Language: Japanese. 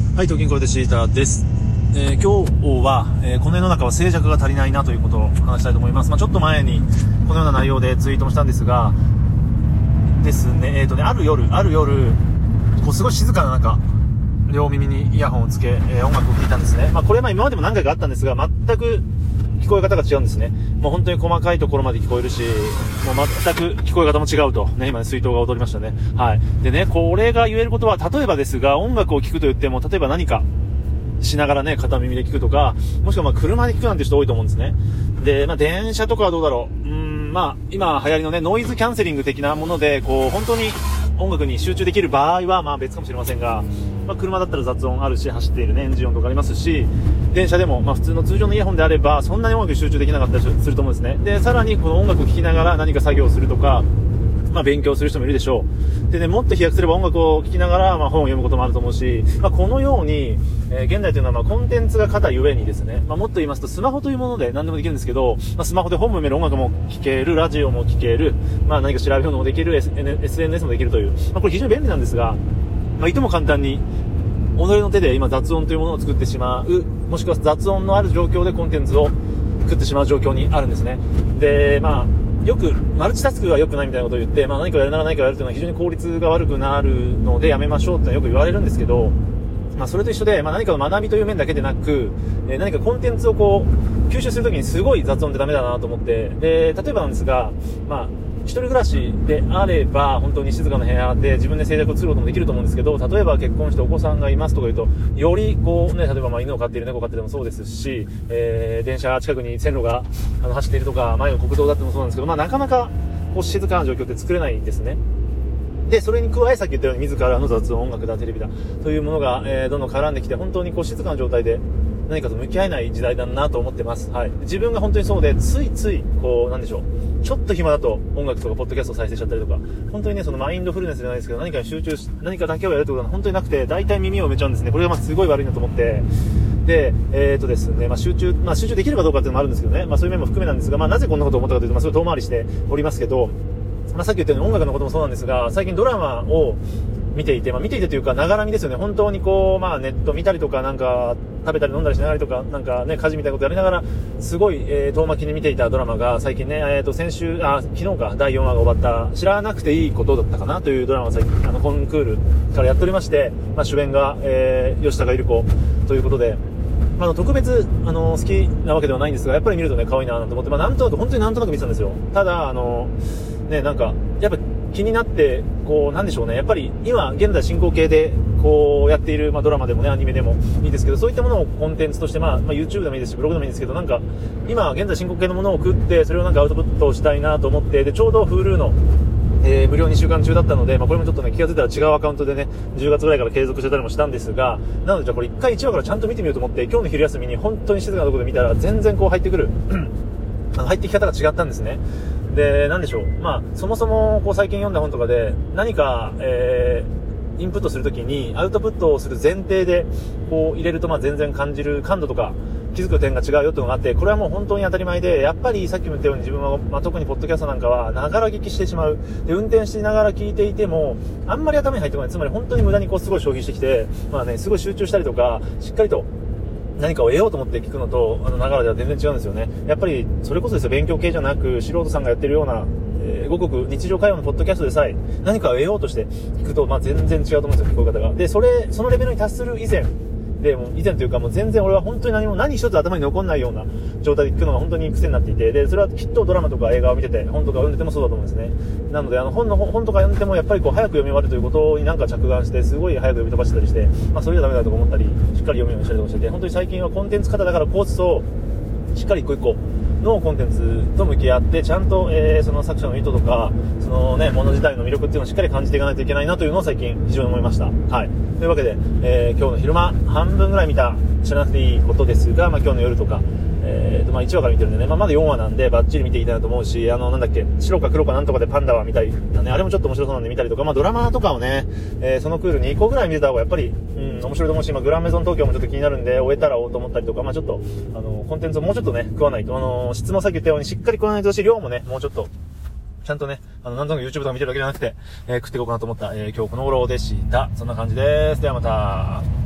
はい、東京でシータです。今日は、この世の中は静寂が足りないなということを話したいと思います。ちょっと前にこのような内容でツイートもしたんですがですね、ある夜こうすごい静かな中、両耳にイヤホンをつけ、音楽を聴いたんですね。これは今までも何回かあったんですが、全く聞こえ方が違うんですね。もう本当に細かいところまで聞こえるし、もう全く聞こえ方も違うとね、今ね、水筒が踊りましたね。はい。でね、これが言えることは、例えばですが、音楽を聴くと言っても、例えば何かしながらね、片耳で聞くとか、もしくは車で聞くなんて人多いと思うんですね。で、電車とかはどうだろう。今流行りのね、ノイズキャンセリング的なもので、こう、本当に音楽に集中できる場合は、別かもしれませんが、車だったら雑音あるし、走っているね、エンジン音とかありますし、電車でも、普通の通常のイヤホンであれば、そんなに音楽に集中できなかったりすると思うんですね。で、さらにこの音楽を聴きながら何か作業をするとか、勉強する人もいるでしょう。でね、もっと飛躍すれば音楽を聴きながら、本を読むこともあると思うし、このように、現代というのはコンテンツが型ゆえにですね、もっと言いますとスマホというもので何でもできるんですけど、スマホで本も読める、音楽も聴ける、ラジオも聴ける、何か調べるのもできる、SNS もできるという、これ非常に便利なんですが、いとも簡単に己の手で今雑音というものを作ってしまう、もしくは雑音のある状況でコンテンツを作ってしまう状況にあるんですね。で、よくマルチタスクが良くないみたいなことを言って、何かやるなら何かやるというのは非常に効率が悪くなるのでやめましょうってのはよく言われるんですけど、それと一緒で、何かの学びという面だけでなく、何かコンテンツをこう吸収するときにすごい雑音ってダメだなと思って、で、例えばなんですが、一人暮らしであれば本当に静かな部屋で自分で静寂を作ることもできると思うんですけど、例えば結婚してお子さんがいますとか言うと、よりこうね、例えば犬を飼っている、猫を飼っているもそうですし、電車近くに線路が走っているとか、前の国道だってもそうなんですけど、なかなかこう静かな状況って作れないんですね。で、それに加えさっき言ったように自らの雑音、音楽だ、テレビだというものが、どんどん絡んできて、本当にこう静かな状態で何かと向き合えない時代だなと思ってます。はい。自分が本当にそうで、ついついこうなんでしょう、ちょっと暇だと音楽とかポッドキャストを再生しちゃったりとか、本当にね、そのマインドフルネスじゃないですけど、何かに集中し、何かだけをやるってことは本当になくて、大体耳を埋めちゃうんですね。これがすごい悪いなと思って。で、ですね、集中できるかどうかっていうのもあるんですけどね、そういう面も含めなんですが、なぜこんなことを思ったかというと、すごい遠回りしておりますけど、さっき言ったように音楽のこともそうなんですが、最近ドラマを見ていてというか、ながら見ですよね。本当にこう、ネット見たりとか、なんか食べたり飲んだりしながらとか、なんかね、家事みたいなことやりながら、すごい、遠巻きに見ていたドラマが、最近ね、昨日か、第4話が終わった、知らなくていいことだったかなというドラマが最近、コンクールからやっておりまして、主演が、吉高由里子ということで、特別、好きなわけではないんですが、やっぱり見るとね、可愛いなと思って、なんとなく、本当になんとなく見てたんですよ。ただ、なんか、やっぱ気になって、こう、なんでしょうね。やっぱり、今、現在進行形で、こう、やっている、ドラマでもね、アニメでもいいですけど、そういったものをコンテンツとして、YouTube でもいいですし、ブログでもいいんですけど、なんか、今、現在進行形のものを食って、それをなんかアウトプットしたいなと思って、で、ちょうど Hulu の、無料2週間中だったので、これもちょっとね、気がついたら違うアカウントでね、10月ぐらいから継続してたりもしたんですが、なのでじゃあこれ1回1話からちゃんと見てみようと思って、今日の昼休みに本当に静かなところで見たら、全然こう入ってくる、入ってき方が違ったんですね。で、なんでしょう。そもそも、こう最近読んだ本とかで、何か、インプットするときに、アウトプットをする前提で、こう入れると、全然感じる感度とか、気づく点が違うよっていうのがあって、これはもう本当に当たり前で、やっぱりさっきも言ったように自分は、特にポッドキャストなんかは、ながら聞きしてしまう。で、運転しながら聞いていても、あんまり頭に入ってこない。つまり本当に無駄にこうすごい消費してきて、すごい集中したりとか、しっかりと、何かを得ようと思って聞くのと、ながらでは全然違うんですよね。やっぱり、それこそですよ、勉強系じゃなく、素人さんがやってるような、ごくごく日常会話のポッドキャストでさえ、何かを得ようとして聞くと、全然違うと思うんですよ、聞こえ方が。で、そのレベルに達する以前というか、もう全然俺は本当に何一つ頭に残んないような状態で聞くのが本当に癖になっていて、で、それはきっとドラマとか映画を見てて、本とか読んでてもそうだと思うんですね。なので、本とか読んでても、やっぱりこう、早く読み終わるということになんか着眼して、すごい早く読み飛ばしたりして、それじゃダメだとか思ったり、しっかり読むようにしたりとかしてて、本当に最近はコンテンツ型だからこそ、しっかり一個一個のコンテンツと向き合って、ちゃんと、その作者の意図とか、そのね、物自体の魅力っていうのをしっかり感じていかないといけないなというのを最近非常に思いました。はい。というわけで、今日の昼間、半分ぐらい見た、知らなくていいことですが、今日の夜とか、1話から見てるんでね、まだ4話なんでバッチリ見ていきたいなと思うし、なんだっけ、白か黒かなんとかでパンダは見たいなね、あれもちょっと面白そうなんで見たりとか、ドラマとかをね、そのクールに2個ぐらい見てた方がやっぱり、面白いと思うし、グランメゾン東京もちょっと気になるんで、終えたら追おうと思ったりとか、ちょっと、コンテンツをもうちょっとね、食わないと、質もさっき言ったようにしっかり食わないとし、量もね、もうちょっと、ちゃんとね、なんとなく YouTube とか見てるだけじゃなくて、食っていこうかなと思った、今日この頃でした。そんな感じです。ではまた。